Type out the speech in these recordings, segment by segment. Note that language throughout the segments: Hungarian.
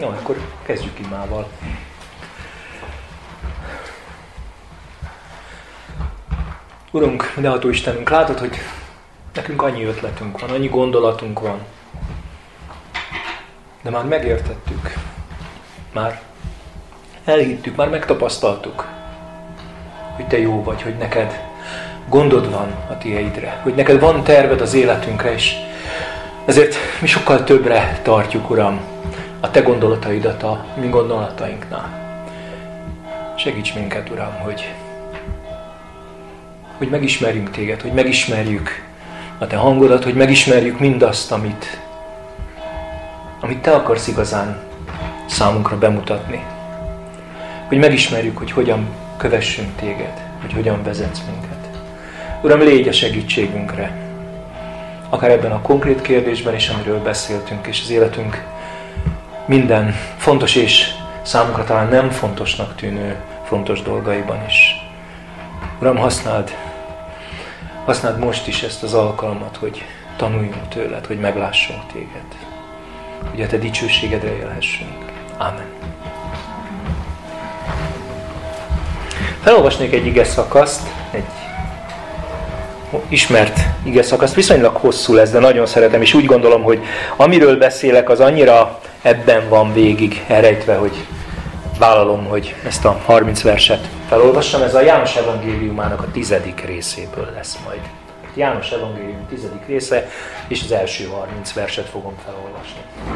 Jó, akkor kezdjük imával. Urunk, mindenható Istenünk, látod, hogy nekünk annyi ötletünk van, annyi gondolatunk van. De már megértettük, már elhittük, már megtapasztaltuk, hogy Te jó vagy, hogy neked gondod van a Tieidre, hogy neked van terved az életünkre, és ezért mi sokkal többre tartjuk, Uram, a Te gondolataidat a mi gondolatainknál. Segíts minket, Uram, hogy megismerjünk Téged, hogy megismerjük a Te hangodat, hogy megismerjük mindazt, amit Te akarsz igazán számunkra bemutatni. Hogy megismerjük, hogy hogyan kövessünk Téged, hogy hogyan vezetsz minket. Uram, légy a segítségünkre, akár ebben a konkrét kérdésben is, amiről beszéltünk, és az életünk minden fontos és számunkra talán nem fontosnak tűnő fontos dolgaiban is. Uram, használd most is ezt az alkalmat, hogy tanuljunk tőled, hogy meglássunk Téged, hogy a Te dicsőségedre élhessünk. Ámen. Felolvasnék egy igeszakaszt, egy ismert igeszakaszt, viszonylag hosszú lesz, de nagyon szeretem, és úgy gondolom, hogy amiről beszélek, az annyira ebben van végig elrejtve, hogy vállalom, hogy ezt a 30 verset felolvassam. Ez a János evangéliumának a 10. részéből lesz majd. János evangélium 10. része, és az első 30 verset fogom felolvasni.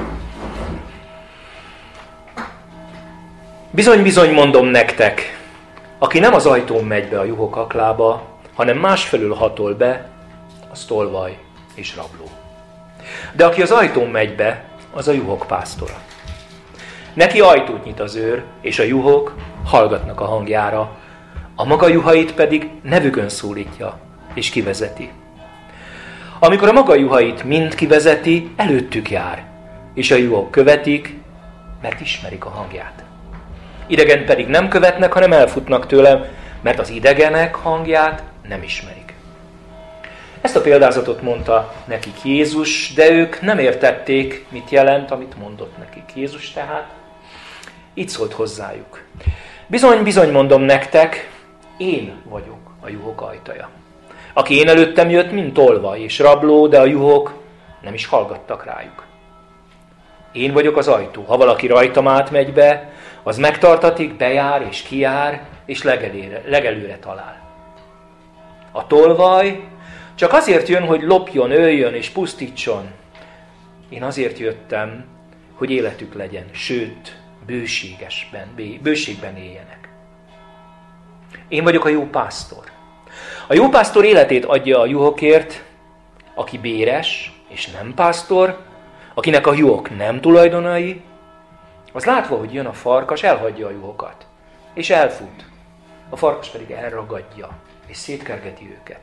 Bizony, bizony mondom nektek, aki nem az ajtón megy be a juhok aklába, hanem másfelől hatol be, az tolvaj és rabló. De aki az ajtón megy be, az a juhok pásztora. Neki ajtót nyit az őr, és a juhok hallgatnak a hangjára, a maga juhait pedig nevükön szólítja, és kivezeti. Amikor a maga juhait mind kivezeti, előttük jár, és a juhok követik, mert ismerik a hangját. Idegen pedig nem követnek, hanem elfutnak tőle, mert az idegenek hangját nem ismerik. Ezt a példázatot mondta nekik Jézus, de ők nem értették, mit jelent, amit mondott nekik Jézus tehát. Így szólt hozzájuk. Bizony, bizony mondom nektek, én vagyok a juhok ajtaja. Aki én előttem jött, mint tolvaj és rabló, de a juhok nem is hallgattak rájuk. Én vagyok az ajtó. Ha valaki rajtam átmegy be, az megtartatik, bejár és kijár, és legelőre talál. A tolvaj csak azért jön, hogy lopjon, öljön és pusztítson. Én azért jöttem, hogy életük legyen, sőt, bőségben éljenek. Én vagyok a jó pásztor. A jó pásztor életét adja a juhokért, aki béres és nem pásztor, akinek a juhok nem tulajdonai, az látva, hogy jön a farkas, elhagyja a juhokat, és elfut. A farkas pedig elragadja, és szétkergeti őket.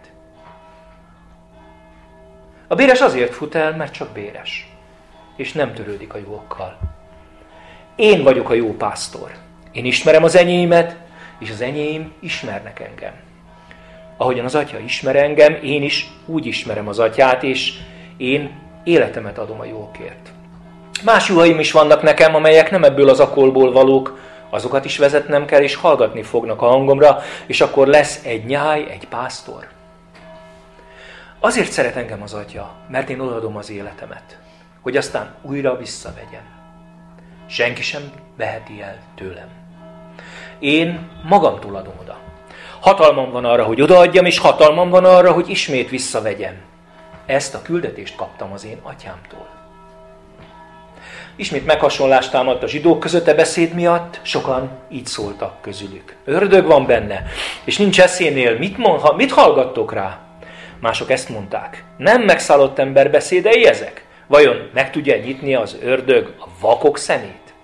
A béres azért fut el, mert csak béres, és nem törődik a juhokkal. Én vagyok a jó pásztor. Én ismerem az enyémet, és az enyém ismernek engem. Ahogyan az Atya ismer engem, én is úgy ismerem az Atyát, és én életemet adom a juhokért. Más juhaim is vannak nekem, amelyek nem ebből az akolból valók, azokat is vezetnem kell, és hallgatni fognak a hangomra, és akkor lesz egy nyáj, egy pásztor. Azért szeret engem az Atya, mert én odaadom az életemet, hogy aztán újra visszavegyem. Senki sem veheti el tőlem. Én magamtól adom oda. Hatalmam van arra, hogy odaadjam, és hatalmam van arra, hogy ismét visszavegyem. Ezt a küldetést kaptam az én Atyámtól. Ismét meghasonlást támadt a zsidók között a beszéd miatt, sokan így szóltak közülük. Ördög van benne, és nincs eszénél, mit hallgattok rá? Mások ezt mondták. Nem megszállott ember beszédei ezek? Vajon meg tudja nyitni az ördög a vakok szemét?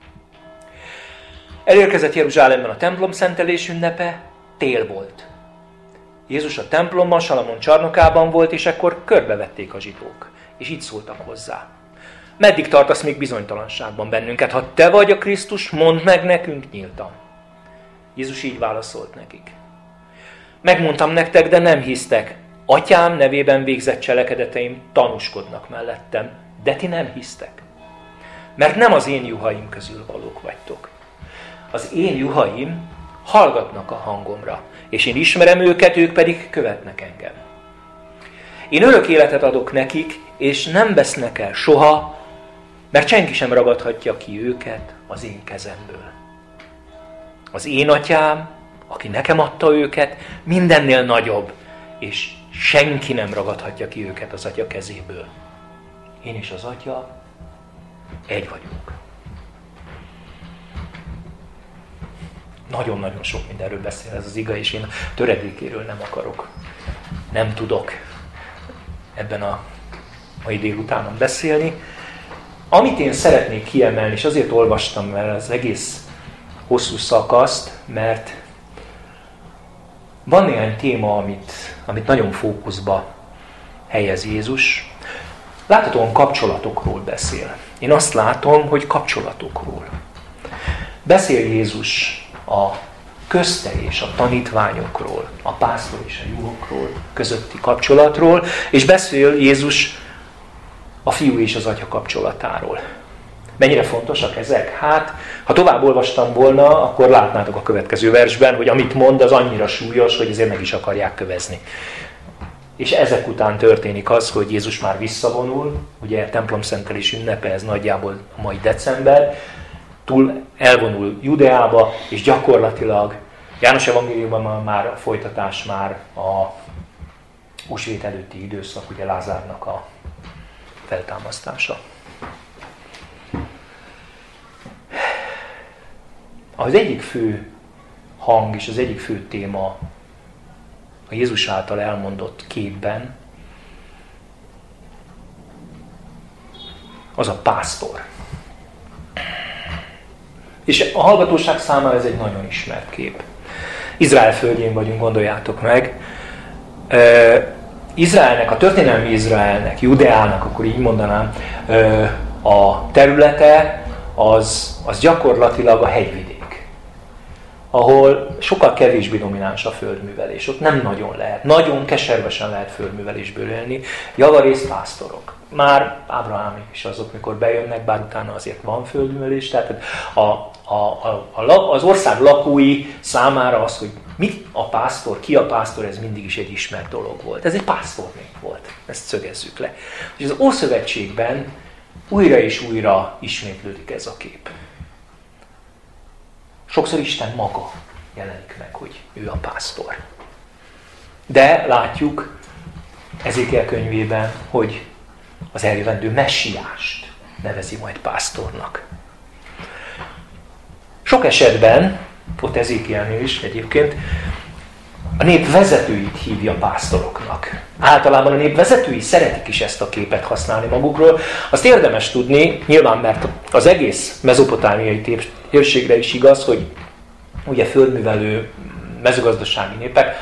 Elérkezett Jeruzsálemben a templom szentelés ünnepe, tél volt. Jézus a templomban, Salamon csarnokában volt, és ekkor körbevették a zsidók, és így szóltak hozzá. Meddig tartasz még bizonytalanságban bennünket? Ha te vagy a Krisztus, mondd meg nekünk nyíltan. Jézus így válaszolt nekik. Megmondtam nektek, de nem hisztek. Atyám nevében végzett cselekedeteim tanúskodnak mellettem, de ti nem hisztek. mert nem az én juhaim közül valók vagytok. Az én juhaim hallgatnak a hangomra, és én ismerem őket, ők pedig követnek engem. Én örök életet adok nekik, és nem vesznek el soha, mert senki sem ragadhatja ki őket az én kezemből. Az én atyám, aki nekem adta őket, mindennél nagyobb, és senki nem ragadhatja ki őket az atya kezéből. Én és az atya egy vagyunk. Nagyon-nagyon sok mindenről beszél ez az ige, és én a töredékéről nem tudok ebben a mai délutánon beszélni. Amit én szeretnék kiemelni, és azért olvastam el az egész hosszú szakaszt, mert van néhány téma, amit nagyon fókuszba helyez Jézus. Láthatóan kapcsolatokról beszél. Én azt látom, hogy kapcsolatokról. Beszél Jézus a közte és a tanítványokról, a pásztor és a juhokról közötti kapcsolatról, és beszél Jézus a fiú és az atya kapcsolatáról. Mennyire fontosak ezek? Hát, ha tovább olvastam volna, akkor látnátok a következő versben, hogy amit mond, az annyira súlyos, hogy ezért meg is akarják kövezni. És ezek után történik az, hogy Jézus már visszavonul, ugye templomszentelés ünnepe, ez nagyjából a mai december, túl elvonul Judeába, és gyakorlatilag János evangéliumban már a folytatás már a húsvét előtti időszak, ugye Lázárnak a feltámasztása. Az egyik fő hang és az egyik fő téma a Jézus által elmondott képben az a pásztor. És a hallgatóság számára ez egy nagyon ismert kép. Izrael földjén vagyunk, gondoljátok meg. Izraelnek, a történelmi Izraelnek, Judeának, akkor így mondanám, a területe az gyakorlatilag a hegyvidék, ahol sokkal kevésbé domináns a földművelés. Ott nem nagyon lehet, nagyon keservesen lehet földművelésből élni. Javarészt pásztorok. Már Ábrahámik is azok, mikor bejönnek, bár utána azért van földművelés. Tehát az ország lakói számára az, hogy mi a pásztor, ki a pásztor, ez mindig is egy ismert dolog volt. Ez egy pásztornép volt, ezt szögezzük le. És az Ószövetségben újra és újra ismétlődik ez a kép. Sokszor Isten maga jelenik meg, hogy ő a pásztor. De látjuk Ezékiel könyvében, hogy az eljövendő messiást nevezi majd pásztornak. Sok esetben, ott Ezékielnél is egyébként, a nép vezetőit hívja pásztoroknak. Általában a nép vezetői szeretik is ezt a képet használni magukról. Azt érdemes tudni, nyilván mert az egész mezopotámiai térségre is igaz, hogy ugye földművelő mezőgazdasági népek,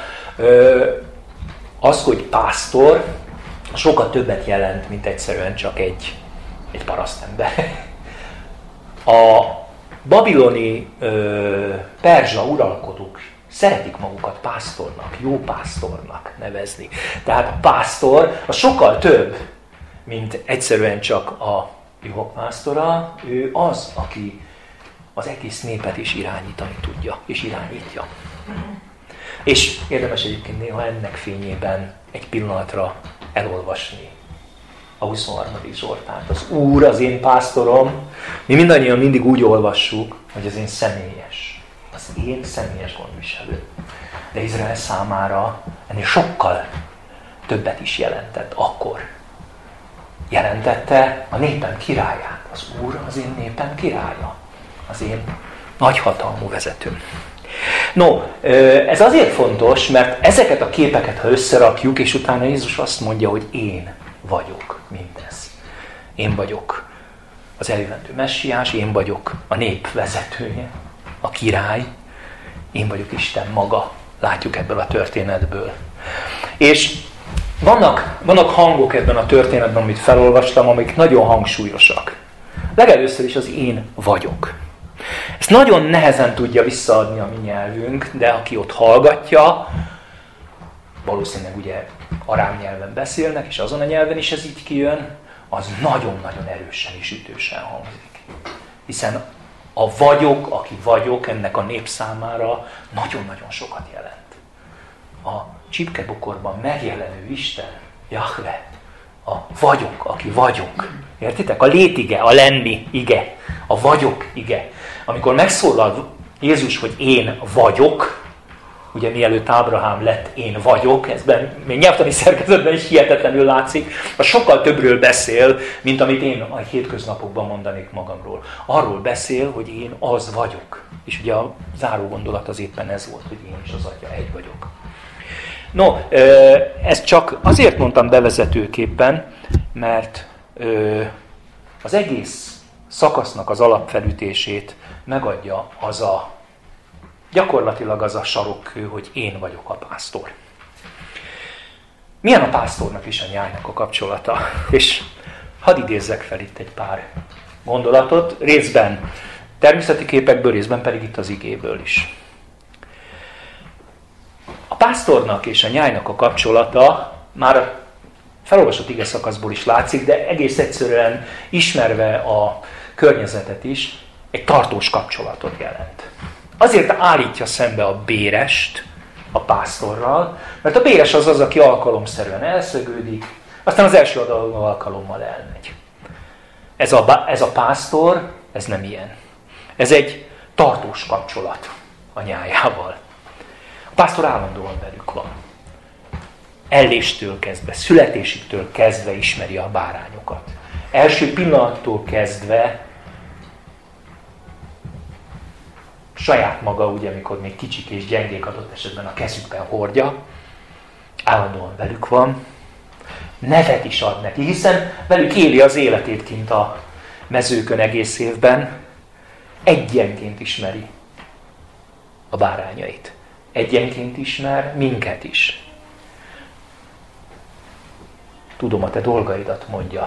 az, hogy pásztor, sokkal többet jelent, mint egyszerűen csak egy parasztember. A babiloni perzsa uralkodók szeretik magukat pásztornak, jó pásztornak nevezni. Tehát a pásztor az sokkal több, mint egyszerűen csak a juhok pásztora. Ő az, aki az egész népet is irányítani tudja, és irányítja. És érdemes egyébként néha ennek fényében egy pillanatra elolvasni a 23. Zsoltárt. Az Úr az én pásztorom. Mi mindannyian mindig úgy olvassuk, hogy az én személyes gondviselő. De Izrael számára ennél sokkal többet is jelentett akkor. Jelentette a népem királyát. Az Úr az én népem királya. Az én nagyhatalmú vezetőm. No, ez azért fontos, mert ezeket a képeket, ha összerakjuk, és utána Jézus azt mondja, hogy én vagyok mindez. Én vagyok az eljövendő messiás, én vagyok a nép vezetője, a király, én vagyok Isten maga. Látjuk ebből a történetből. És vannak hangok ebben a történetben, amit felolvastam, amik nagyon hangsúlyosak. Legelőször is az én vagyok. Ezt nagyon nehezen tudja visszaadni a mi nyelvünk, de aki ott hallgatja, valószínűleg ugye arám nyelven beszélnek, és azon a nyelven is ez így kijön, az nagyon-nagyon erősen és ütősen hangzik. Hiszen a vagyok, aki vagyok, ennek a nép számára nagyon-nagyon sokat jelent. A csipkebukorban megjelenő Isten, Jahve, a vagyok, aki vagyunk. Értitek? A létige, a lenni ige, a vagyok ige. Amikor megszólal Jézus, hogy én vagyok, ugye mielőtt Ábrahám lett én vagyok, ezben még nyelvtani szerkezetben is hihetetlenül látszik, az sokkal többről beszél, mint amit én a hétköznapokban mondanék magamról. Arról beszél, hogy én az vagyok. És ugye a záró gondolat az éppen ez volt, hogy én és az Atya egy vagyok. No, ezt csak azért mondtam bevezetőképpen, mert az egész szakasznak az alapfelütését megadja gyakorlatilag az a sarokkő, hogy én vagyok a pásztor. Milyen a pásztornak és a nyájnak a kapcsolata? És hadd idézzek fel itt egy pár gondolatot, részben természeti képekből, részben pedig itt az igéből is. A pásztornak és a nyájnak a kapcsolata már a felolvasott ige szakaszból is látszik, de egész egyszerűen ismerve a környezetet is, egy tartós kapcsolatot jelent. Azért állítja szembe a bérest a pásztorral, mert a béres az, aki alkalomszerűen elszögődik, aztán az első alkalommal elmegy. Ez a pásztor, ez nem ilyen. Ez egy tartós kapcsolat a nyájával. A pásztor állandóan velük van. Elléstől kezdve, születésüktől kezdve ismeri a bárányokat. Első pillanattól kezdve saját maga, ugye, amikor még kicsik és gyengék adott esetben a kezükben hordja, állandóan velük van, nevet is ad neki, hiszen velük éli az életét kint a mezőkön egész évben, egyenként ismeri a bárányait. Egyenként ismer minket is. Tudom a te dolgaidat, mondja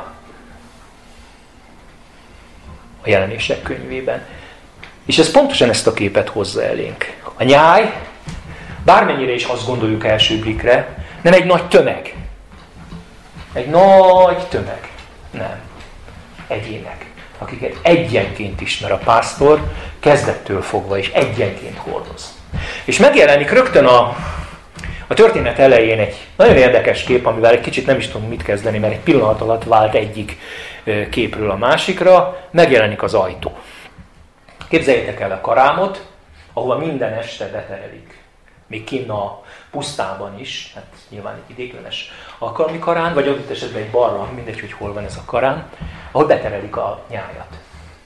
a Jelenések könyvében. És ez pontosan ezt a képet hozza elénk. A nyáj, bármennyire is azt gondoljuk első blikre, nem egy nagy tömeg. Egy nagy tömeg. Nem. Egyének, akiket egyenként ismer a pásztor, kezdettől fogva és egyenként hordoz. És megjelenik rögtön a történet elején egy nagyon érdekes kép, amivel egy kicsit nem is tudom mit kezdeni, mert egy pillanat alatt vált egyik képről a másikra, megjelenik az ajtó. Képzeljétek el a karámot, ahova minden este beterelik. Még kinn a pusztában is, hát nyilván egy idéglenes alkalmi karán, vagy adott esetben egy barlang, mindegy, hogy hol van ez a karán, ahol beterelik a nyájat.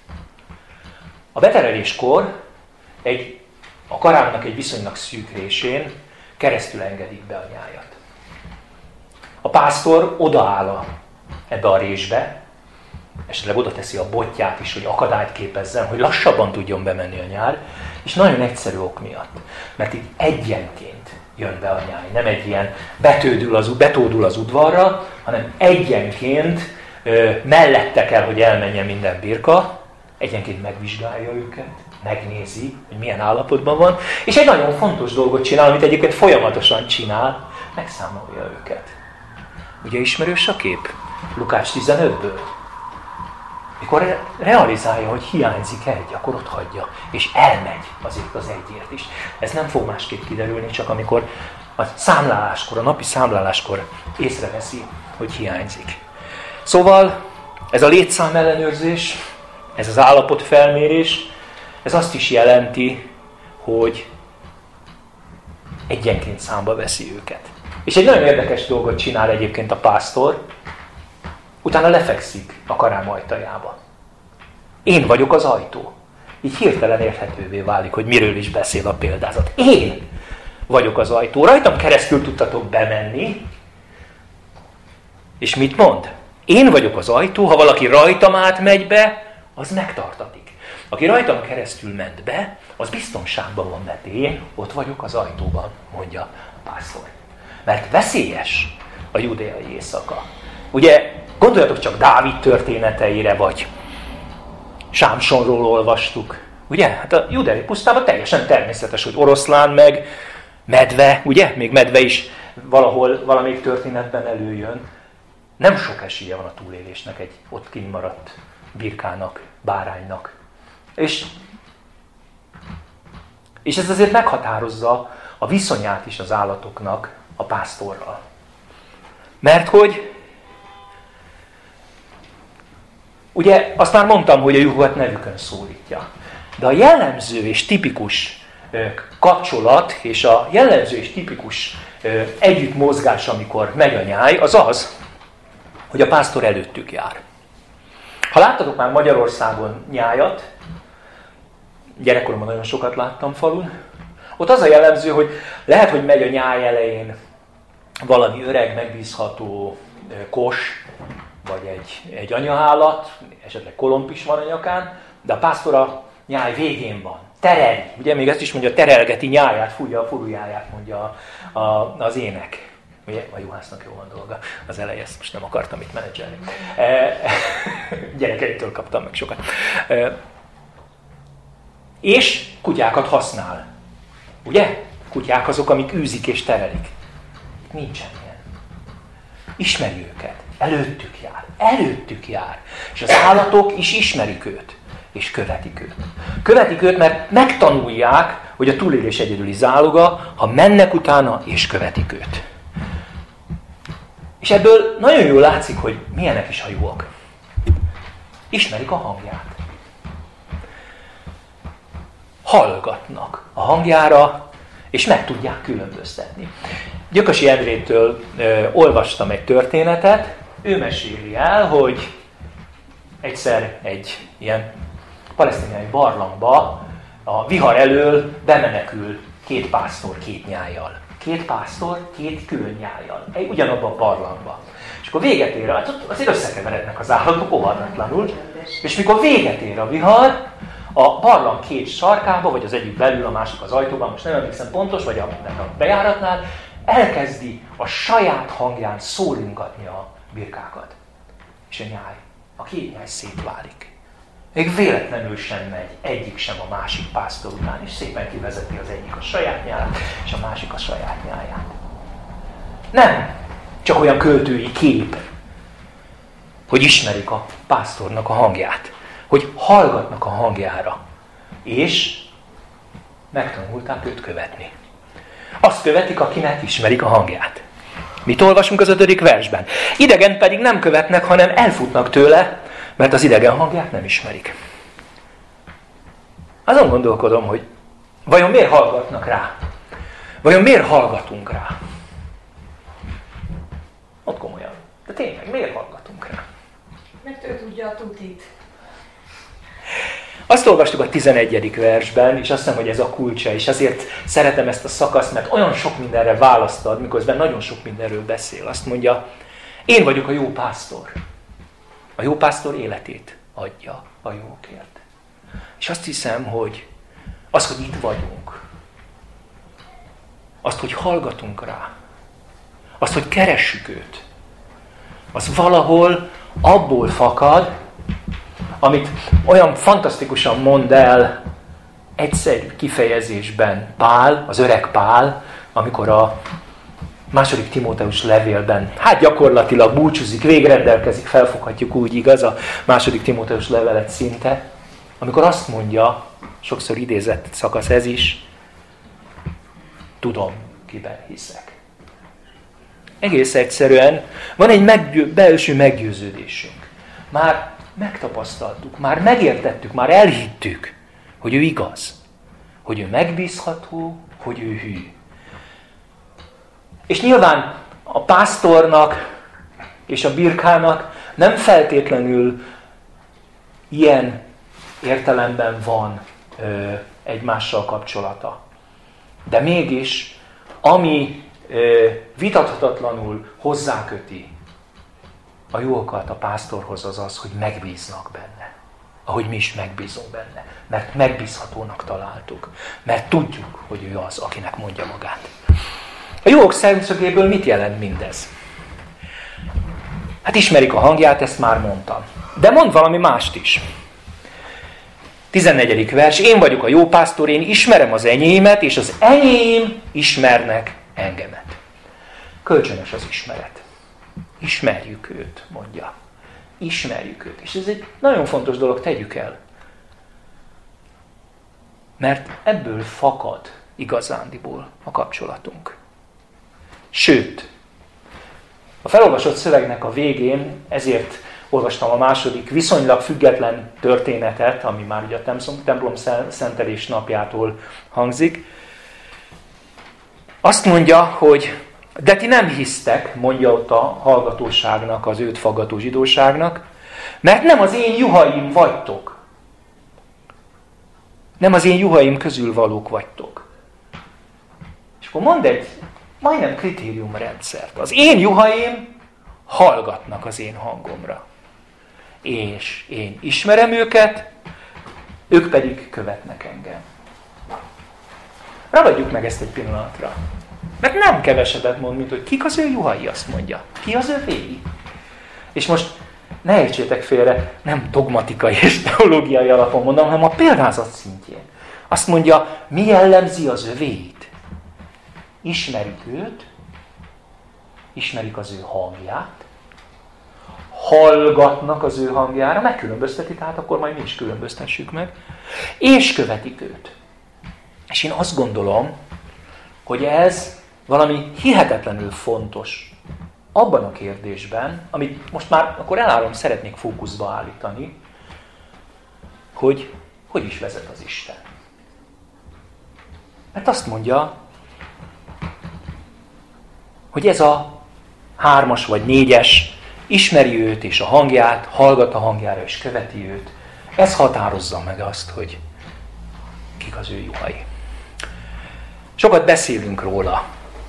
A betereléskor a karánnak egy viszonylag szűk résén keresztül engedik be a nyájat. A pásztor odaáll ebbe a résbe, esetleg oda teszi a botját is, hogy akadályt képezzen, hogy lassabban tudjon bemenni a nyár, és nagyon egyszerű ok miatt. Mert itt egyenként jön be a nyáj. Nem egy ilyen betódul az udvarra, hanem egyenként mellette kell, hogy elmenjen minden birka, egyenként megvizsgálja őket, megnézi, hogy milyen állapotban van, és egy nagyon fontos dolgot csinál, amit egyébként folyamatosan csinál, megszámolja őket. Ugye ismerős a kép? Lukács 15-ből. Mikor realizálja, hogy hiányzik egy, akkor ott hagyja, és elmegy azért az egyért is. Ez nem fog másképp kiderülni, csak amikor a napi számláláskor észreveszi, hogy hiányzik. Szóval ez a létszám ellenőrzés, ez az állapotfelmérés, ez azt is jelenti, hogy egyenként számba veszi őket. És egy nagyon érdekes dolgot csinál egyébként a pásztor, utána lefekszik a karám ajtajába. Én vagyok az ajtó. Így hirtelen érthetővé válik, hogy miről is beszél a példázat. Én vagyok az ajtó. Rajtam keresztül tudtatok bemenni. És mit mond? Én vagyok az ajtó, ha valaki rajtam átmegy be, az megtartatik. Aki rajtam keresztül ment be, az biztonságban van, mert én ott vagyok az ajtóban, mondja a pásztor. Mert veszélyes a judeai éjszaka. Ugye, gondoljatok csak Dávid történeteire, vagy Sámsonról olvastuk. Ugye? Hát a judeai pusztában teljesen természetes, hogy oroszlán meg medve, ugye? Még medve is valahol, valamelyik történetben előjön. Nem sok esélye van a túlélésnek egy ott kinnmaradt birkának, báránynak. És ez azért meghatározza a viszonyát is az állatoknak a pásztorral. Mert hogy, ugye azt már mondtam, hogy a juhokat nevükön szólítja. De a jellemző és tipikus kapcsolat, és a jellemző és tipikus együttmozgás, amikor megy a nyáj, az az, hogy a pásztor előttük jár. Ha láttatok már Magyarországon nyájat, gyerekkoromban nagyon sokat láttam falun, ott az a jellemző, hogy lehet, hogy megy a nyáj elején valami öreg, megbízható kos, vagy egy anyaállat, esetleg kolomb is van a nyakán, de a pásztor a nyáj végén van. Tereli. Ugye még ezt is mondja, terelgeti nyáját, fújja a furujáját, mondja az ének. Ugye, a juhásznak jó van dolga. Az eleje, ezt most nem akartam itt menedzselni. Gyerekeitől kaptam meg sokat. És kutyákat használ. Ugye? Kutyák azok, amik űzik és terelik. Nincsen ilyen. Ismeri őket. Előttük jár. Előttük jár. És az állatok is ismerik őt. És követik őt. Követik őt, mert megtanulják, hogy a túlélés egyedüli záloga, ha mennek utána és követik őt. És ebből nagyon jól látszik, hogy milyenek is a juhok. Ismerik a hangját. Hallgatnak a hangjára, és meg tudják különböztetni. Gyökösi Endrétől olvastam egy történetet, ő meséli el, hogy egyszer egy ilyen palesztinai barlangba a vihar elől bemenekül két pásztor két nyájjal. Két pásztor, két külön nyájjal. Ugyanabban a barlangba. És akkor véget ér, azért összekeverednek az állatok óhatatlanul, és mikor véget ér a vihar, a barlang két sarkába, vagy az egyik belül, a másik az ajtóban, most nem emlékszem pontos, vagy a bejáratnál, elkezdi a saját hangján szólingatni a birkákat. És a két nyáj szétválik. Még véletlenül sem megy egyik sem a másik pásztor után, és szépen kivezeti az egyik a saját nyáját, és a másik a saját nyáját. Nem csak olyan költői kép, hogy ismerik a pásztornak a hangját, hogy hallgatnak a hangjára, és megtanulták őt követni. Azt követik, akinek ismerik a hangját. Mit olvasunk az 5. versben? Idegen pedig nem követnek, hanem elfutnak tőle, mert az idegen hangját nem ismerik. Azon gondolkodom, hogy vajon miért hallgatnak rá? Vajon miért hallgatunk rá? Ott komolyan. De tényleg, miért hallgatunk rá? Mert ő tudja a tutit. Azt olvastuk a 11. versben, és azt hiszem, hogy ez a kulcsa, és azért szeretem ezt a szakaszt, mert olyan sok mindenre választ ad, miközben nagyon sok mindenről beszél. Azt mondja, én vagyok a jó pásztor. A jó pásztor életét adja a jókért. És azt hiszem, hogy az, hogy itt vagyunk, azt, hogy hallgatunk rá, azt, hogy keressük őt, az valahol abból fakad, amit olyan fantasztikusan mond el egyszerű kifejezésben Pál, az öreg Pál, amikor a 2. Timóteus levélben, gyakorlatilag búcsúzik, végrendelkezik, felfoghatjuk úgy, igaz, a 2. Timóteus levelet szinte, amikor azt mondja, sokszor idézett szakasz ez is, tudom, kiben hiszek. Egész egyszerűen van egy belső meggyőződésünk. Már megtapasztaltuk, már megértettük, már elhittük, hogy ő igaz, hogy ő megbízható, hogy ő hű. És nyilván a pásztornak és a birkának nem feltétlenül ilyen értelemben van egymással kapcsolata. De mégis, ami vitathatatlanul hozzáköti a juhokat a pásztorhoz, az az, hogy megbíznak benne. Ahogy mi is megbízunk benne. Mert megbízhatónak találtuk. Mert tudjuk, hogy ő az, akinek mondja magát. A juhok szemszögéből mit jelent mindez? Hát ismerik a hangját, ezt már mondtam. De mond valami mást is. 14. vers. Én vagyok a jó pásztor, én ismerem az enyémet, és az enyém ismernek engemet. Kölcsönös az ismeret. Ismerjük őt, mondja. Ismerjük őt. És ez egy nagyon fontos dolog, tegyük el. Mert ebből fakad igazándiból a kapcsolatunk. Sőt, a felolvasott szövegnek a végén, ezért olvastam a második viszonylag független történetet, ami már ugye a templom szentelés napjától hangzik. Azt mondja, hogy de ti nem hisztek, mondja ott a hallgatóságnak, az őt faggató zsidóságnak, mert nem az én juhaim vagytok. Nem az én juhaim közül valók vagytok. És akkor mond egy majdnem kritériumrendszert. Az én juhaim hallgatnak az én hangomra. És én ismerem őket, ők pedig követnek engem. Ragadjuk meg ezt egy pillanatra. Mert nem kevesebbet mond, mint hogy kik az ő juhai, azt mondja. Ki az övéi? És most ne értsétek félre, nem dogmatikai és teológiai alapon mondom, hanem a példázat szintjén. Azt mondja, mi jellemzi az övéit? Ismerik őt, ismerik az ő hangját, hallgatnak az ő hangjára, megkülönbözteti, tehát akkor majd mi is különböztessük meg, és követik őt. És én azt gondolom, hogy ez valami hihetetlenül fontos abban a kérdésben, amit most már akkor elárulom, szeretnék fókuszba állítani, hogy hogy is vezet az Isten. Mert azt mondja, hogy ez a 3-as vagy 4-es ismeri őt és a hangját, hallgat a hangjára és követi őt. Ez határozza meg azt, hogy kik az ő juhai. Sokat beszélünk róla.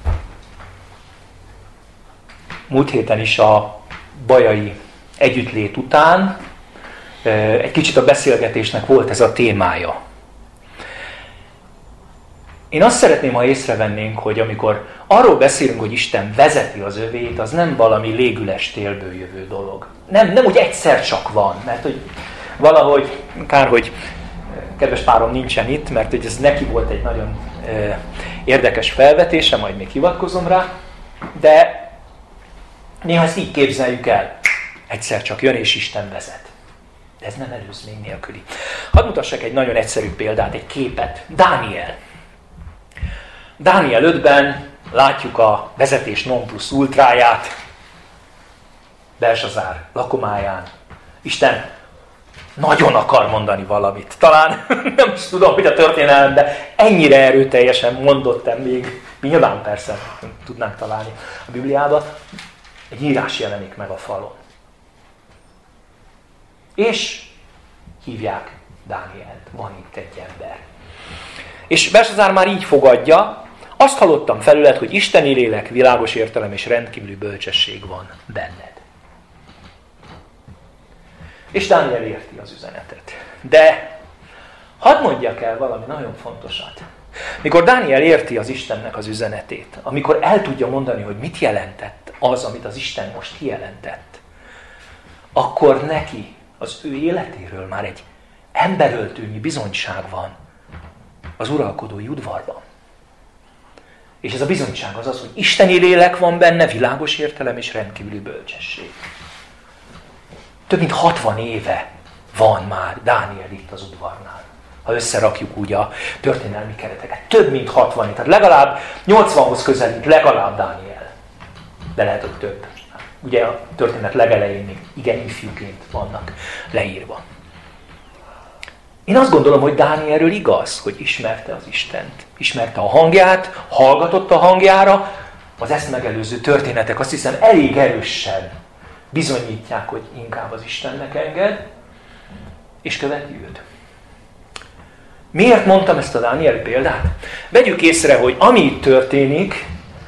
Múlt héten is a bajai együttlét után egy kicsit a beszélgetésnek volt ez a témája. Én azt szeretném, ha észrevennénk, hogy amikor arról beszélünk, hogy Isten vezeti az övét, az nem valami légüles télből jövő dolog. Nem úgy egyszer csak van, mert hogy valahogy, kár, hogy kedves párom nincsen itt, mert hogy ez neki volt egy nagyon érdekes felvetése, majd még hivatkozom rá, de néha ezt így képzeljük el. Egyszer csak jön és Isten vezet. De ez nem előzmény nélküli. Hadd mutassak egy nagyon egyszerű példát, egy képet. Dániel. Dániel 5-ben látjuk a vezetés non plus ultráját, Belsazár lakomáján. Isten nagyon akar mondani valamit. Talán nem is tudom, hogy a történelem, de ennyire erőteljesen mondottam még. Nyilván persze tudnánk találni a Bibliában. Egy írás jelenik meg a falon. És hívják Dánielt. Van itt egy ember. És Belsazár már így fogadja, azt hallottam felőled, hogy isteni lélek, világos értelem és rendkívüli bölcsesség van benned. És Dániel érti az üzenetet. De hadd mondjak el valami nagyon fontosat. Mikor Dániel érti az Istennek az üzenetét, amikor el tudja mondani, hogy mit jelentett az, amit az Isten most kijelentett, akkor neki az ő életéről már egy emberöltőnyi bizonyság van az uralkodói udvarban. És ez a bizonyság az az, hogy isteni lélek van benne, világos értelem és rendkívüli bölcsesség. Több mint 60 éve van már Dániel itt az udvarnál. Ha összerakjuk úgy a történelmi kereteket. Több mint 60 éve. Tehát legalább 80-hoz közelít legalább Dániel. De lehet, hogy több. Ugye a történet legelején még igen ifjúként vannak leírva. Én azt gondolom, hogy Dánielről igaz, hogy ismerte az Istent. Ismerte a hangját, hallgatott a hangjára. Az ezt megelőző történetek azt hiszem elég erősen bizonyítják, hogy inkább az Istennek enged, és követi őt. Miért mondtam ezt a Dániel példát? Vegyük észre, hogy ami itt történik,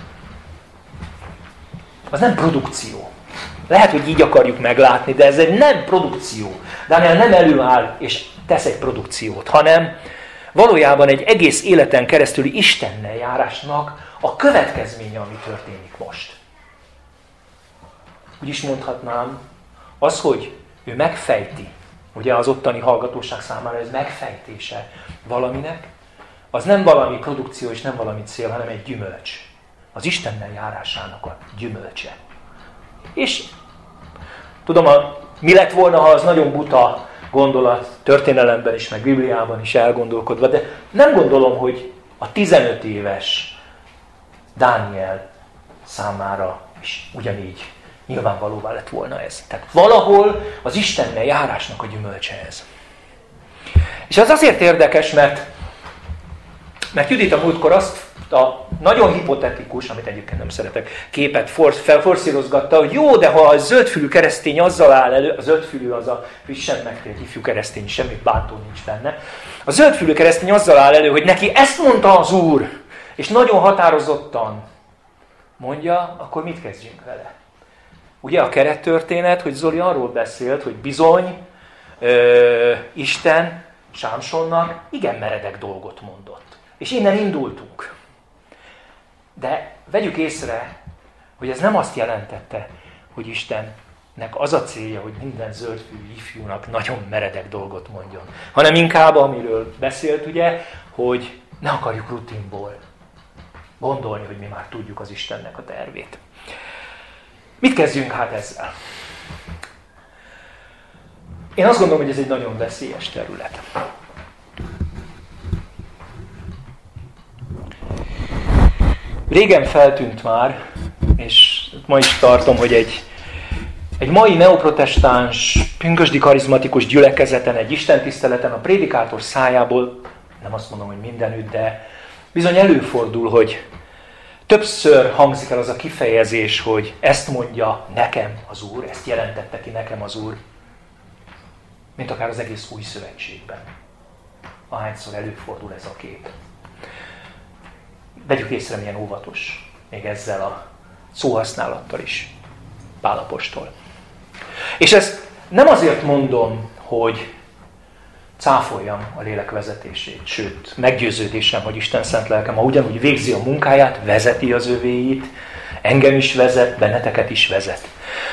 az nem produkció. Lehet, hogy így akarjuk meglátni, de ez egy nem produkció. Dániel nem előáll és tesz egy produkciót, hanem valójában egy egész életen keresztüli Istennel járásnak a következménye, ami történik most. Úgy is mondhatnám, az, hogy ő megfejti, ugye az ottani hallgatóság számára ez megfejtése valaminek, az nem valami produkció és nem valami cél, hanem egy gyümölcs. Az Istennel járásának a gyümölcse. És tudom, mi lett volna, ha az nagyon buta gondolat, történelemben is, meg Bibliában is elgondolkodva, de nem gondolom, hogy a 15 éves Dániel számára is ugyanígy nyilvánvalóvá lett volna ez. Tehát valahol az Istennel járásnak a gyümölcse ez. És ez azért érdekes, mert Judit a múltkor azt a nagyon hipotetikus, amit egyébként nem szeretek, képet felforszírozgatta, hogy jó, de ha a zöldfülű keresztény azzal áll elő, a zöldfülű az a frissen megtért ifjú keresztény, semmi bántó nincs benne. A zöldfülű keresztény azzal áll elő, hogy neki ezt mondta az Úr, és nagyon határozottan mondja, akkor mit kezdjünk vele? Ugye a kerettörténet, hogy Zoli arról beszélt, hogy bizony Isten Sámsonnak igen meredek dolgot mondott. És innen indultunk. De vegyük észre, hogy ez nem azt jelentette, hogy Istennek az a célja, hogy minden zöldfülű ifjúnak nagyon meredek dolgot mondjon. Hanem inkább, amiről beszélt, ugye, hogy ne akarjuk rutinból gondolni, hogy mi már tudjuk az Istennek a tervét. Mit kezdjünk hát ezzel? Én azt gondolom, hogy ez egy nagyon veszélyes terület. Régen feltűnt már, és ma is tartom, hogy egy mai neoprotestáns, pünkösdi karizmatikus gyülekezeten, egy istentiszteleten a prédikátor szájából, nem azt mondom, hogy mindenütt, de bizony előfordul, hogy többször hangzik el az a kifejezés, hogy ezt mondja nekem az Úr, ezt jelentette ki nekem az Úr, mint akár az egész új szövetségben. Ahányszor előfordul ez a kép. Vegyük észre, milyen óvatos még ezzel a szóhasználattal is Pál apostol. És ezt nem azért mondom, hogy cáfoljam a lélek vezetését, sőt, meggyőződésem, hogy Isten szent lelke ma ugyanúgy végzi a munkáját, vezeti az övéit, engem is vezet, benneteket is vezet.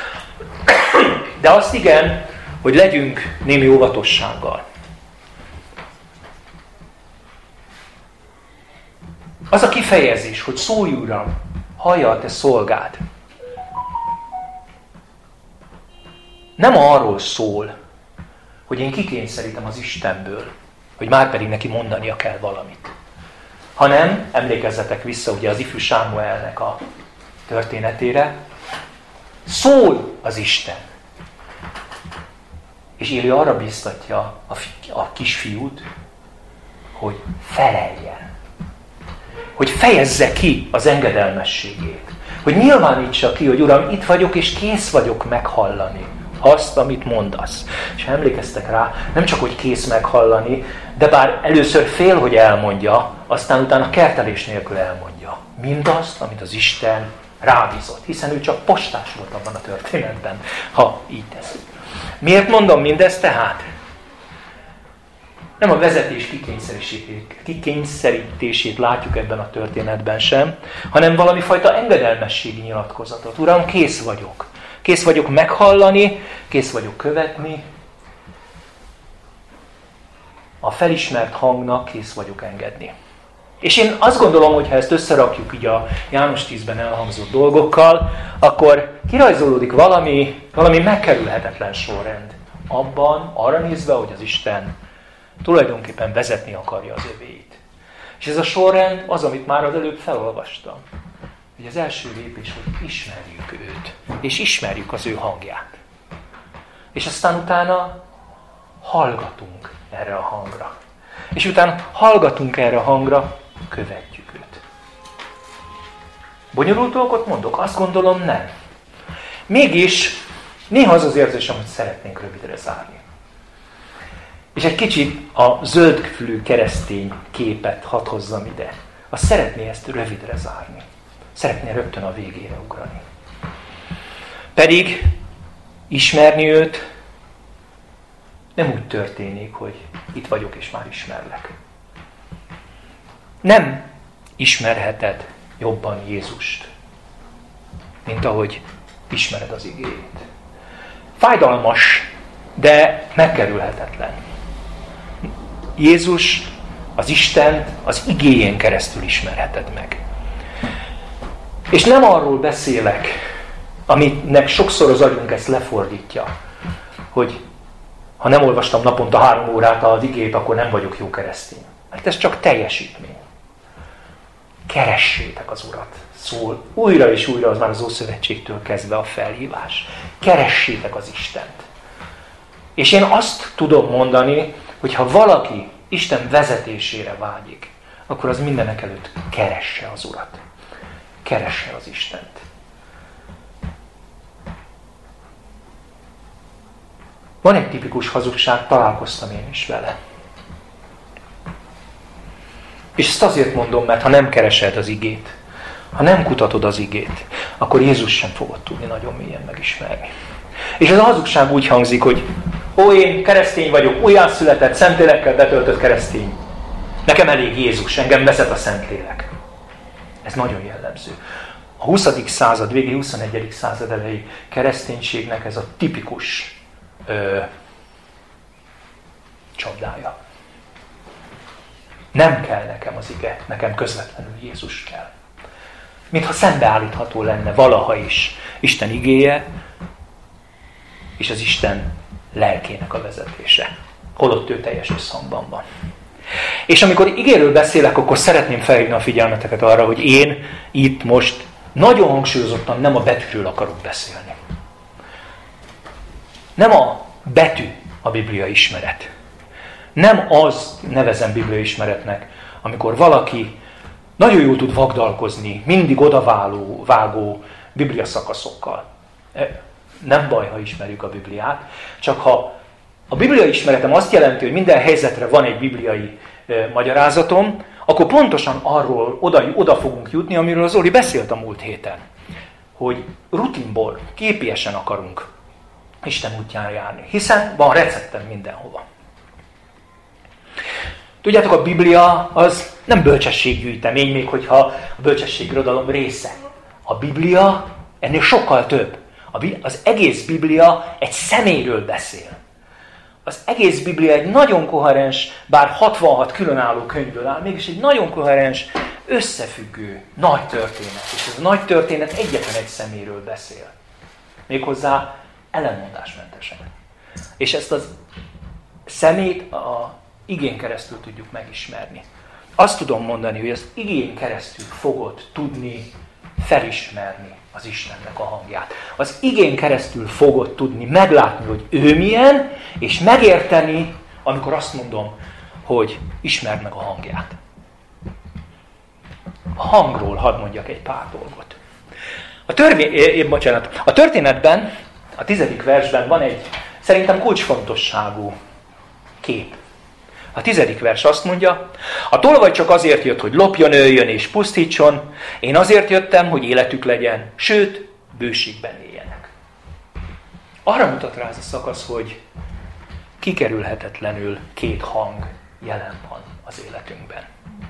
De azt igen, hogy legyünk némi óvatossággal. Az a kifejezés, hogy szólj Uram, hallja a te szolgád, nem arról szól, hogy én kikényszerítem az Istenből, hogy már pedig neki mondania kell valamit. Hanem, emlékezzetek vissza ugye az ifjú Sámuelnek a történetére, szól az Isten. És Éli arra biztatja a kisfiút, hogy feleljen. Hogy fejezze ki az engedelmességét. Hogy nyilvánítsa ki, hogy Uram, itt vagyok és kész vagyok meghallani azt, amit mondasz. És ha emlékeztek rá, nem csak, hogy kész meghallani, de bár először fél, hogy elmondja, aztán utána kertelés nélkül elmondja. Mindazt, amit az Isten rábízott. Hiszen ő csak postás volt abban a történetben, ha így tesz. Miért mondom mindezt tehát? Nem a vezetés kikényszerítését látjuk ebben a történetben sem, hanem valami fajta engedelmességi nyilatkozatot. Uram, kész vagyok. Kész vagyok meghallani, kész vagyok követni. A felismert hangnak kész vagyok engedni. És én azt gondolom, hogy ha ezt összerakjuk így a János 10-ben elhangzott dolgokkal, akkor kirajzolódik valami megkerülhetetlen sorrend. Abban, arra nézve, hogy az Isten tulajdonképpen vezetni akarja az övéit. És ez a sorrend az, amit már az előbb felolvastam. Hogy az első lépés, hogy ismerjük őt, és ismerjük az ő hangját. És aztán utána hallgatunk erre a hangra. És utána hallgatunk erre a hangra, követjük őt. Bonyolult dolgot mondok? Azt gondolom, nem. Mégis néha az az érzésem, hogy szeretnénk rövidre zárni. És egy kicsit a zöldfülű keresztény képet hadd hozzam ide. Azt szeretné ezt rövidre zárni. Szeretné rögtön a végére ugrani. Pedig ismerni őt nem úgy történik, hogy itt vagyok és már ismerlek. Nem ismerheted jobban Jézust, mint ahogy ismered az igéjét. Fájdalmas, de megkerülhetetlen. Jézus, az Istent az igéjén keresztül ismerheted meg. És nem arról beszélek, aminek sokszor az agyunk ezt lefordítja, hogy ha nem olvastam naponta 3 órát az igét, akkor nem vagyok jó keresztény. Mert ez csak teljesítmény. Keressétek az Urat. Szól újra és újra, az már az Ószövetségtől kezdve a felhívás. Keressétek az Istent. És én azt tudom mondani, hogy ha valaki Isten vezetésére vágyik, akkor az mindenek előtt keresse az Urat. Keresse az Istent. Van egy tipikus hazugság, találkoztam én is vele. És ezt azért mondom, mert ha nem keresed az igét, ha nem kutatod az igét, akkor Jézus sem fogod tudni nagyon mélyen megismerni. És ez a hazugság úgy hangzik, hogy én keresztény vagyok, újjászületett, Szentlélekkel betöltött keresztény. Nekem elég Jézus, engem vezet a Szentlélek. Ez nagyon jellemző. A 20. század végi, 21. század elejé kereszténységnek ez a tipikus csapdája. Nem kell nekem az ige, nekem közvetlenül Jézus kell. Mintha szembeállítható lenne valaha is Isten igéje és az Isten lelkének a vezetése. Holott ő teljes összhangban van. És amikor igéről beszélek, akkor szeretném felhívni a figyelmeteket arra, hogy én itt most nagyon hangsúlyozottan nem a betűről akarok beszélni. Nem a betű a Biblia ismeret. Nem az nevezem Biblia ismeretnek, amikor valaki nagyon jól tud vagdalkozni, mindig odavágó Biblia szakaszokkal. Nem baj, ha ismerjük a Bibliát, csak ha a Biblia ismeretem azt jelenti, hogy minden helyzetre van egy bibliai magyarázatom, akkor pontosan arról oda fogunk jutni, amiről az Zoli beszélt a múlt héten. Hogy rutinból, képiesen akarunk Isten útján járni. Hiszen van receptem mindenhova. Tudjátok, a Biblia az nem bölcsességgyűjtemény, még hogyha a bölcsesség-irodalom része. A Biblia ennél sokkal több. Az egész Biblia egy személyről beszél. Az egész Biblia egy nagyon koherens, bár 66 különálló könyvből áll, mégis egy nagyon koherens, összefüggő nagy történet. És ez a nagy történet egyetlen egy személyről beszél. Méghozzá ellenmondásmentesen. És ezt az szemét a igén keresztül tudjuk megismerni. Azt tudom mondani, hogy az igén keresztül fogod tudni felismerni az Istennek a hangját. Az igén keresztül fogod tudni meglátni, hogy ő milyen, és megérteni, amikor azt mondom, hogy ismerd meg a hangját. A hangról hadd mondjak egy pár dolgot. A történetben, a 10. versben van egy szerintem kulcsfontosságú kép. A 10. vers azt mondja, a tolvaj csak azért jött, hogy lopjon, öljön és pusztítson, én azért jöttem, hogy életük legyen, sőt, bőségben éljenek. Arra mutat rá ez a szakasz, hogy kikerülhetetlenül 2 hang jelen van az életünkben.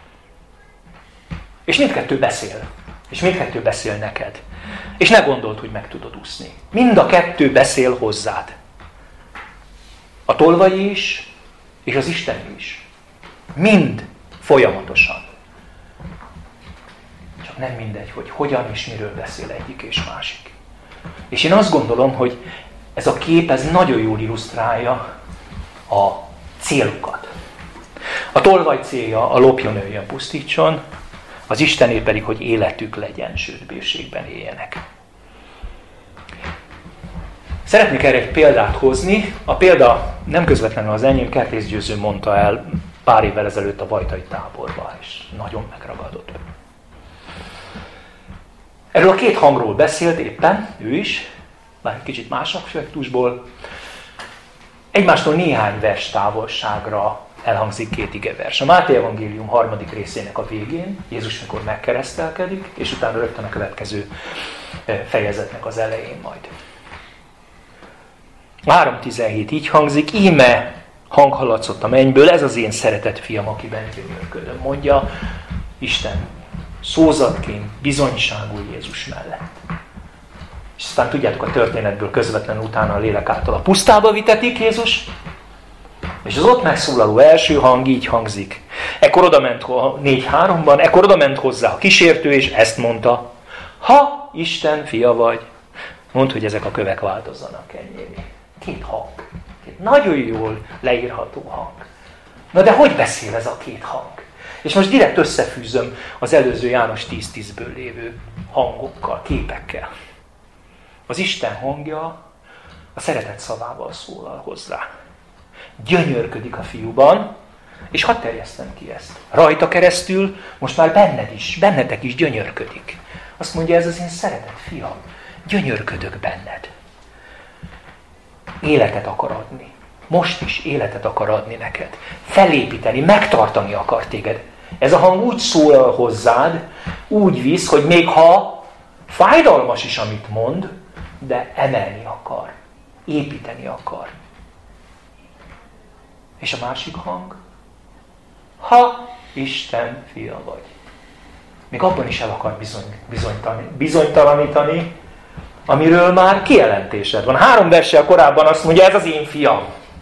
És mindkettő beszél. És mindkettő beszél neked. És ne gondold, hogy meg tudod úszni. Mind a kettő beszél hozzád. A tolvaj is, és az Isten is. Mind folyamatosan. Csak nem mindegy, hogy hogyan és miről beszél egyik és másik. És én azt gondolom, hogy ez a kép ez nagyon jól illusztrálja a célukat. A tolvaj célja a lopjon, öljön, pusztítson, az Istené pedig, hogy életük legyen, sőt, bőségben éljenek. Szeretnék erre egy példát hozni. A példa nem közvetlenül az enyém, Kertész Győző mondta el pár évvel ezelőtt a Vajtai táborban, és nagyon megragadott. Erről a 2 hangról beszélt éppen, ő is, már egy kicsit más aspektusból. Egymástól néhány vers távolságra elhangzik 2 igevers. A Máté evangélium 3. részének a végén, Jézus mikor megkeresztelkedik, és utána rögtön a következő fejezetnek az elején majd. 3.17 így hangzik, íme hang hallatszott a mennyből, ez az én szeretett fiam, akiben gyönyörködöm, mondja Isten szózatként, bizonyságul Jézus mellett. És aztán tudjátok, a történetből közvetlenül utána a lélek által a pusztába vitetik Jézus, és az ott megszólaló első hang így hangzik. Ekkor odament 4.3-ban, ekkor odament hozzá a kísértő, és ezt mondta, ha Isten fia vagy, mondd, hogy ezek a kövek változzanak ennyire. 2 hang, 2 nagyon jól leírható hang. Na de hogy beszél ez a két hang? És most direkt összefűzöm az előző János 10:10-ből lévő hangokkal, képekkel. Az Isten hangja a szeretet szavával szólal hozzá. Gyönyörködik a fiúban, és hadd terjesztem ki ezt. Rajta keresztül most már bennetek is gyönyörködik. Azt mondja, ez az én szeretett fiam. Gyönyörködök benned. Életet akar adni. Most is életet akar adni neked. Felépíteni, megtartani akar téged. Ez a hang úgy szólal hozzád, úgy visz, hogy még ha fájdalmas is, amit mond, de emelni akar. Építeni akar. És a másik hang? Ha Isten fia vagy. Még abban is el akar bizonytalanítani, amiről már kijelentésed van. 3 verssel korábban azt mondja, ez az én fiam.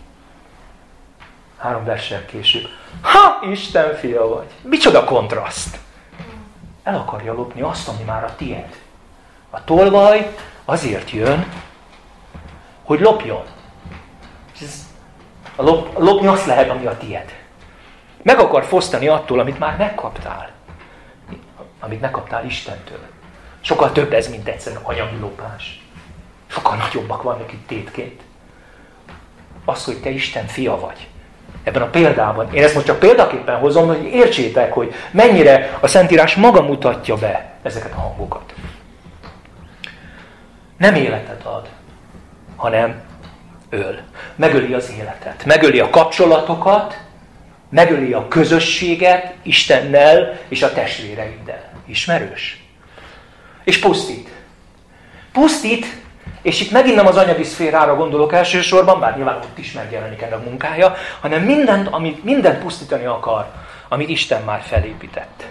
3 verssel később. Ha Isten fia vagy. Micsoda kontraszt. El akarja lopni azt, ami már a tied. A tolvaj azért jön, hogy lopjon. Lopni azt lehet, ami a tied. Meg akar fosztani attól, amit már megkaptál. Amit megkaptál Istentől. Sokkal több ez, mint egyszerűen anyagi lopás. Sokkal nagyobbak vannak itt tétként. Az, hogy te Isten fia vagy. Ebben a példában. Én ezt most csak példaképpen hozom, hogy értsétek, hogy mennyire a Szentírás maga mutatja be ezeket a hangokat. Nem életet ad, hanem öl. Megöli az életet. Megöli a kapcsolatokat, megöli a közösséget Istennel és a testvéreiddel. Ismerős? És pusztít. Pusztít, és itt megint nem az anyagi szférára gondolok elsősorban, bár nyilván ott is megjelenik ennek a munkája, hanem mindent pusztítani akar, amit Isten már felépített.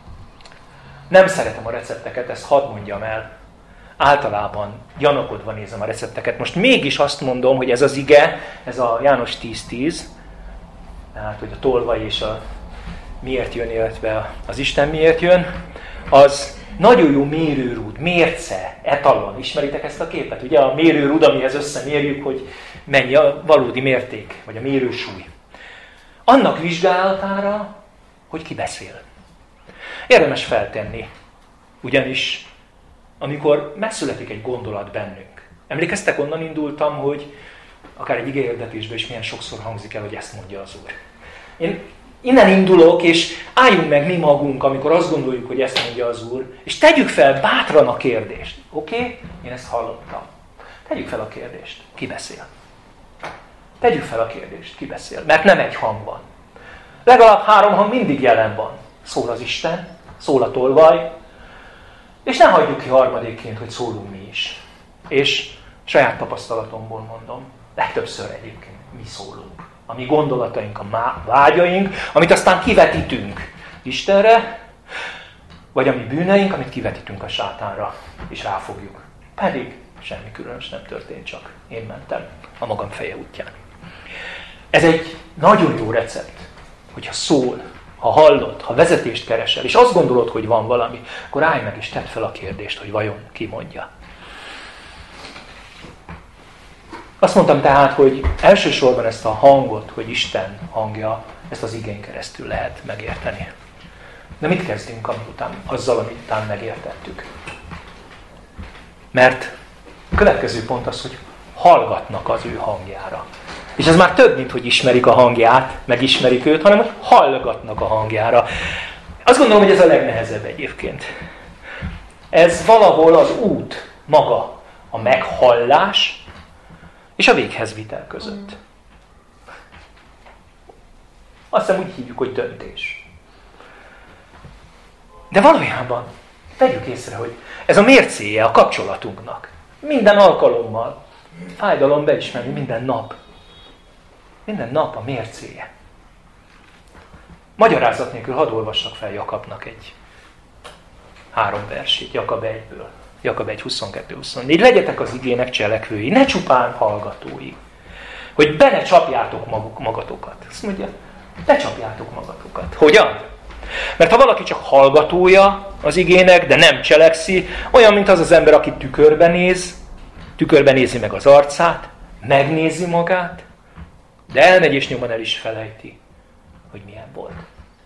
Nem szeretem a recepteket, ezt hadd mondjam el. Általában gyanakodva nézem a recepteket. Most mégis azt mondom, hogy ez az ige, ez a János 10:10, tehát hogy a tolvaj és a miért jön, illetve az Isten miért jön, az nagyon jó mérőrúd, mérce, etalon. Ismeritek ezt a képet? Ugye a mérőrúd, amihez összemérjük, hogy mennyi a valódi mérték, vagy a mérősúly. Annak vizsgálatára, hogy ki beszél. Érdemes feltenni, ugyanis amikor megszületik egy gondolat bennünk. Emlékeztek, onnan indultam, hogy akár egy igeherdetésben is milyen sokszor hangzik el, hogy ezt mondja az Úr. Én innen indulok, és álljunk meg mi magunk, amikor azt gondoljuk, hogy ezt mondja az Úr, és tegyük fel bátran a kérdést. Oké? Én ezt hallottam. Tegyük fel a kérdést. Ki beszél? Tegyük fel a kérdést. Ki beszél? Mert nem egy hang van. Legalább 3 hang mindig jelen van. Szól az Isten, szól a tolvaj, és ne hagyjuk ki harmadikként, hogy szólunk mi is. És saját tapasztalatomból mondom, legtöbbször egyébként mi szólunk. A mi gondolataink, a vágyaink, amit aztán kivetítünk Istenre, vagy a mi bűneink, amit kivetítünk a sátánra, és ráfogjuk. Pedig semmi különös nem történt, csak én mentem a magam feje útján. Ez egy nagyon jó recept, hogyha szól, ha hallod, ha vezetést keresel, és azt gondolod, hogy van valami, akkor állj meg és tedd fel a kérdést, hogy vajon ki mondja. Azt mondtam tehát, hogy elsősorban ezt a hangot, hogy Isten hangja, ezt az igén keresztül lehet megérteni. De mit kezdünk azzal, amit után megértettük? Mert a következő pont az, hogy hallgatnak az ő hangjára. És ez már több, mint hogy ismerik a hangját, megismerik őt, hanem hogy hallgatnak a hangjára. Azt gondolom, hogy ez a legnehezebb egyébként. Ez valahol az út maga, a meghallás és a véghez vitel között. Azt hiszem úgy hívjuk, hogy döntés. De valójában vegyük észre, hogy ez a mércéje a kapcsolatunknak. Minden alkalommal fájdalom beismerni, minden nap. Minden nap a mércéje. Magyarázat nélkül hadd olvassak fel Jakabnak egy 3 versét, Jakab 1-ből. Jakab 1:22-24. Legyetek az igének cselekvői, ne csupán hallgatói. Hogy be ne csapjátok magatokat. Azt mondja, ne csapjátok magatokat. Hogyan? Mert ha valaki csak hallgatója az igének, de nem cselekszi, olyan, mint az az ember, aki tükörbe nézi meg az arcát, megnézi magát, De elmegy és nyomon el is felejti, hogy milyen volt.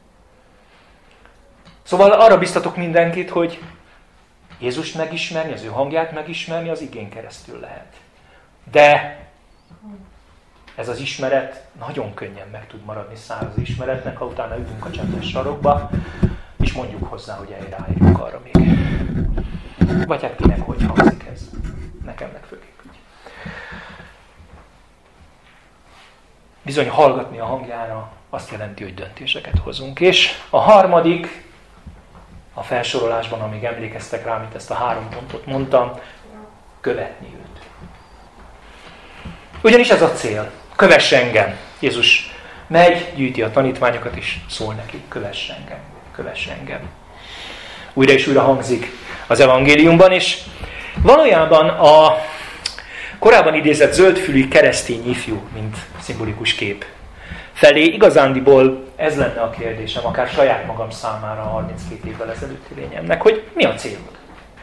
Szóval arra biztatok mindenkit, hogy Jézust megismerni, az ő hangját megismerni, az igén keresztül lehet. De ez az ismeret nagyon könnyen meg tud maradni száraz ismeretnek, ha utána ülünk a csendes sarokba, és mondjuk hozzá, hogy ráérjünk arra még. Vagy hát kinek hogy hangzik ez? Nekem meg főképp így. Bizony hallgatni a hangjára azt jelenti, hogy döntéseket hozunk. És a harmadik, a felsorolásban, amíg emlékeztek rá, mint ezt a 3 pontot mondtam, követni őt. Ugyanis ez a cél. Kövess engem. Jézus megy, gyűjti a tanítványokat, és szól neki, kövess engem, kövess engem. Újra és újra hangzik az evangéliumban, és valójában a korábban idézett zöldfülű keresztény ifjú, mint szimbolikus kép felé igazándiból ez lenne a kérdésem, akár saját magam számára a 32 évvel ezelőtti lényemnek, hogy mi a célod?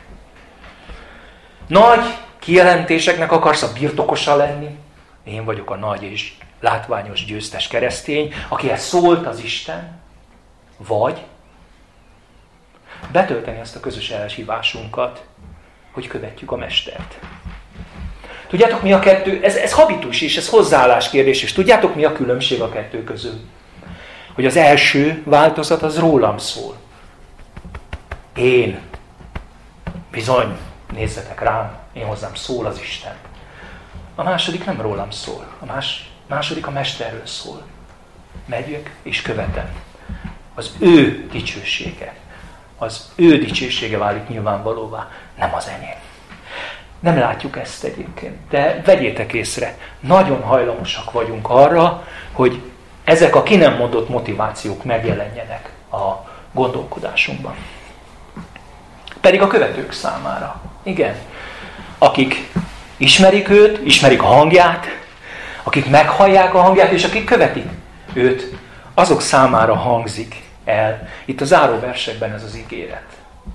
Nagy kijelentéseknek akarsz a birtokosa lenni? Én vagyok a nagy és látványos győztes keresztény, akihez szólt az Isten? Vagy betölteni azt a közös elhívásunkat, hogy követjük a Mestert. Tudjátok, mi a kettő? Ez habitus és ez hozzáállás kérdés, és tudjátok, mi a különbség a kettő közül? Hogy az első változat az rólam szól. Én. Bizony, nézzetek rám, én hozzám szól az Isten. A második nem rólam szól. A második a Mesterről szól. Megyek és követem. Az ő dicsősége. Az ő dicsősége válik nyilvánvalóvá, nem az enyém. Nem látjuk ezt egyébként, de vegyétek észre, nagyon hajlamosak vagyunk arra, hogy ezek a ki nem mondott motivációk megjelenjenek a gondolkodásunkban. Pedig a követők számára. Igen. Akik ismerik őt, ismerik a hangját, akik meghallják a hangját, és akik követik őt, azok számára hangzik el. Itt a záróversekben ez az ígéret.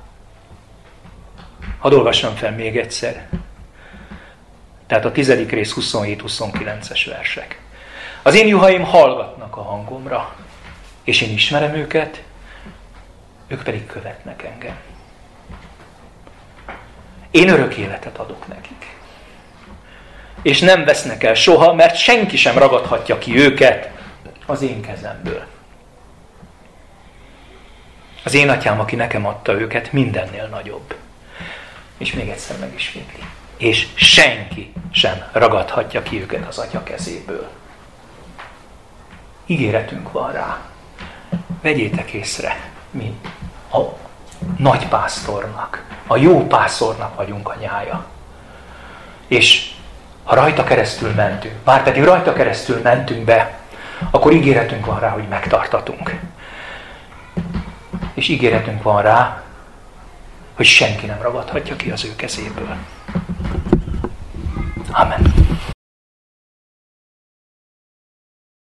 Hadd olvassam fel még egyszer. Tehát a 10. rész 27-29-es versek. Az én juhaim hallgatnak a hangomra, és én ismerem őket, ők pedig követnek engem. Én örök életet adok nekik. És nem vesznek el soha, mert senki sem ragadhatja ki őket az én kezemből. Az én atyám, aki nekem adta őket, mindennél nagyobb. És még egyszer megismétli. És senki sem ragadhatja ki őket az atya kezéből. Ígéretünk van rá. Vegyétek észre, mi a nagy pásztornak, a jó pásztornak vagyunk a nyája. És ha rajta keresztül mentünk, bár pedig rajta keresztül mentünk be, akkor ígéretünk van rá, hogy megtartatunk. És ígéretünk van rá, hogy senki nem ragadhatja ki az ő kezéből. Amen.